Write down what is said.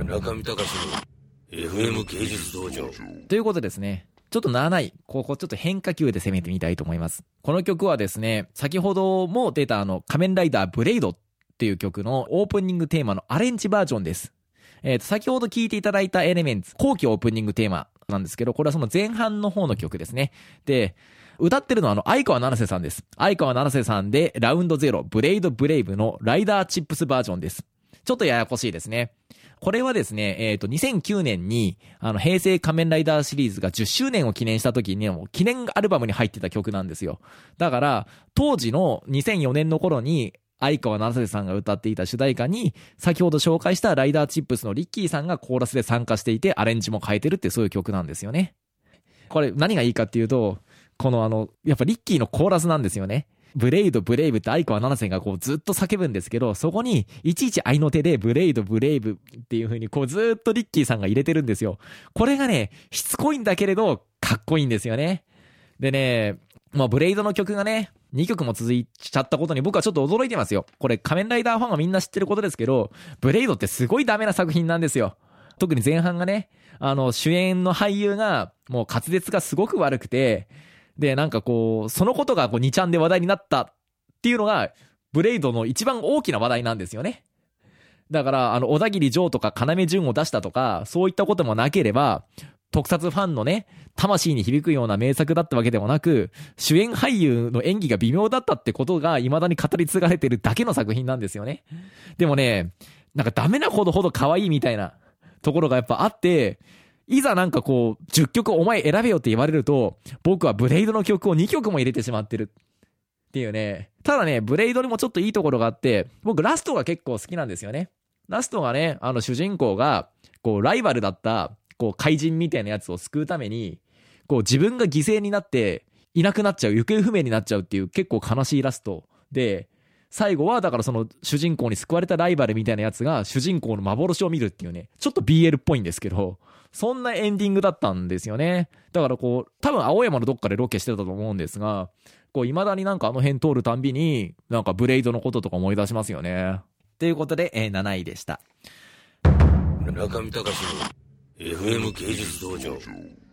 中見隆の FM 芸術道場。 ということですね。ちょっと7位、ここちょっと変化球で攻めてみたいと思います。この曲はですね、先ほども出た仮面ライダーブレイドっていう曲のオープニングテーマのアレンジバージョンです。先ほど聴いていただいたエレメンツ、後期オープニングテーマなんですけど、これはその前半の方の曲ですね。で、歌ってるのは相川七瀬さんです。相川七瀬さんでラウンド0ブレイドブレイブのライダーチップスバージョンです。ちょっとややこしいですね。これはですね、2009年に平成仮面ライダーシリーズが10周年を記念した時に記念アルバムに入ってた曲なんですよ。だから当時の2004年の頃に相川七瀬さんが歌っていた主題歌に先ほど紹介したライダーチップスのリッキーさんがコーラスで参加していてアレンジも変えてるってそういう曲なんですよね。これ何がいいかっていうと、このやっぱリッキーのコーラスなんですよね。ブレイドブレイブって相川七瀬がこうずっと叫ぶんですけど、そこにいちいち合いの手でブレイドブレイブっていう風にこうずっとリッキーさんが入れてるんですよ。これがね、しつこいんだけれどかっこいいんですよね。でね、ブレイドの曲がね2曲も続いちゃったことに僕はちょっと驚いてますよ。これ仮面ライダーファンがみんな知ってることですけど、ブレイドってすごいダメな作品なんですよ。特に前半がね、主演の俳優がもう滑舌がすごく悪くて、でなんかこうそのことが2ちゃんで話題になったっていうのがブレイドの一番大きな話題なんですよね。だから小田切丈とか要潤を出したとかそういったこともなければ、特撮ファンのね魂に響くような名作だったわけでもなく、主演俳優の演技が微妙だったってことが未だに語り継がれてるだけの作品なんですよね。でもね、なんかダメなほど可愛いみたいなところがやっぱあって、いざなんかこう10曲お前選べよって言われると、僕はブレイドの曲を2曲も入れてしまってるっていうね。ただね、ブレイドにもちょっといいところがあって、僕ラストが結構好きなんですよね。ラストがね、主人公がこうライバルだったこう怪人みたいなやつを救うためにこう自分が犠牲になっていなくなっちゃう、行方不明になっちゃうっていう結構悲しいラストで、最後はだからその主人公に救われたライバルみたいなやつが主人公の幻を見るっていうね、ちょっと BL っぽいんですけど、そんなエンディングだったんですよね。だからこう多分青山のどっかでロケしてたと思うんですが、こう未だになんか辺通るたんびになんかブレイドのこととか思い出しますよね。ということで、7位でした。 中見隆の FM 芸術道場。